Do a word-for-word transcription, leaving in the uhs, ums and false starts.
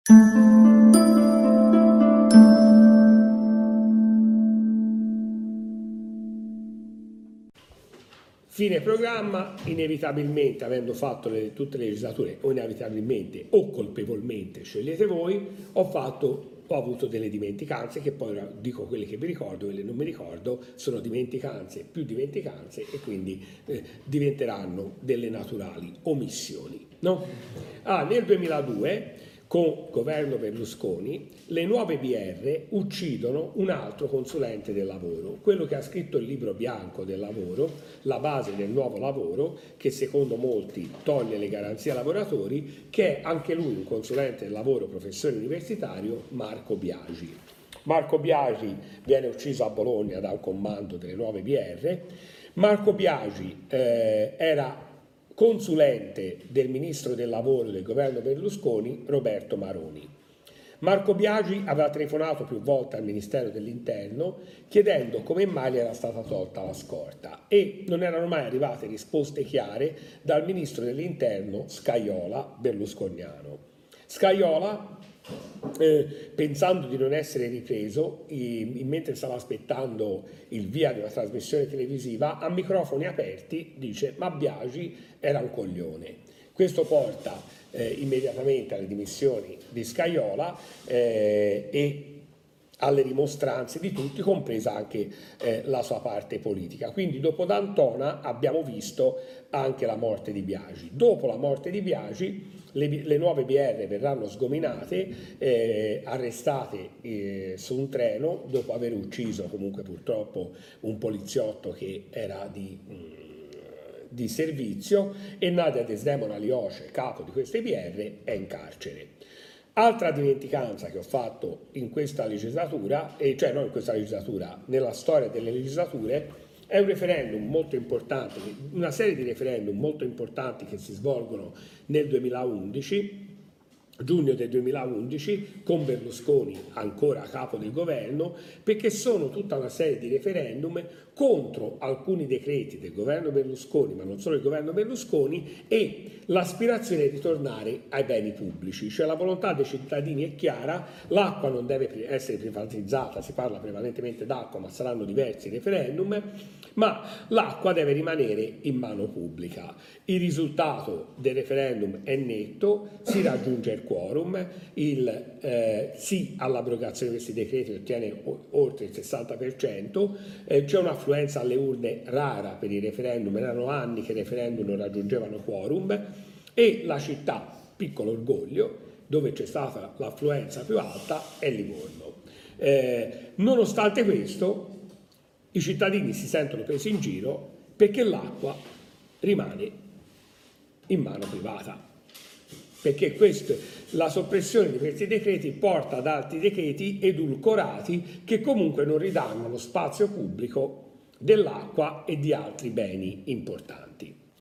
Fine programma, inevitabilmente, avendo fatto le, tutte le legislature, o inevitabilmente o colpevolmente, scegliete voi, ho, fatto, ho avuto delle dimenticanze, che poi dico quelle che mi ricordo, quelle non mi ricordo, sono dimenticanze più dimenticanze e quindi eh, diventeranno delle naturali omissioni. No? Ah, nel duemiladue, con governo Berlusconi, le nuove B R uccidono un altro consulente del lavoro, quello che ha scritto il libro bianco del lavoro, la base del nuovo lavoro, che secondo molti toglie le garanzie ai lavoratori, che è anche lui un consulente del lavoro, professore universitario, Marco Biagi. Marco Biagi viene ucciso a Bologna dal comando delle nuove B R. Marco Biagi eh, era consulente del ministro del lavoro del governo Berlusconi, Roberto Maroni. Marco Biagi aveva telefonato più volte al Ministero dell'Interno chiedendo come mai gli era stata tolta la scorta e non erano mai arrivate risposte chiare dal ministro dell'Interno Scajola, berlusconiano. Scajola, Eh, pensando di non essere ripreso, in, mentre stava aspettando il via di una trasmissione televisiva, a microfoni aperti dice: ma Biagi era un coglione. Questo porta eh, immediatamente alle dimissioni di Scajola eh, e alle rimostranze di tutti, compresa anche eh, la sua parte politica. Quindi dopo D'Antona abbiamo visto anche la morte di Biagi. Dopo la morte di Biagi le, le nuove B R verranno sgominate, eh, arrestate eh, su un treno dopo aver ucciso comunque purtroppo un poliziotto che era di, mh, di servizio, e Nadia Desdemona Lioce, capo di queste B R, è in carcere. Altra dimenticanza che ho fatto in questa legislatura, e cioè non in questa legislatura, nella storia delle legislature, è un referendum molto importante, una serie di referendum molto importanti che si svolgono nel duemilaundici, giugno del duemilaundici, con Berlusconi ancora a capo del governo, perché sono tutta una serie di referendum contro alcuni decreti del governo Berlusconi, ma non solo il governo Berlusconi, e l'aspirazione di tornare ai beni pubblici, cioè la volontà dei cittadini è chiara: l'acqua non deve essere privatizzata, si parla prevalentemente d'acqua, ma saranno diversi referendum, ma l'acqua deve rimanere in mano pubblica. Il risultato del referendum è netto, si raggiunge il quorum, il eh, sì all'abrogazione di questi decreti ottiene oltre il sessanta per cento, eh, c'è un'affluenza alle urne rara per i referendum, erano anni che i referendum non raggiungevano quorum, e la città, piccolo orgoglio, dove c'è stata l'affluenza più alta è Livorno. Eh, nonostante questo, i cittadini si sentono presi in giro perché l'acqua rimane in mano privata, perché questo, la soppressione di questi decreti porta ad altri decreti edulcorati che comunque non ridanno lo spazio pubblico dell'acqua e di altri beni importanti.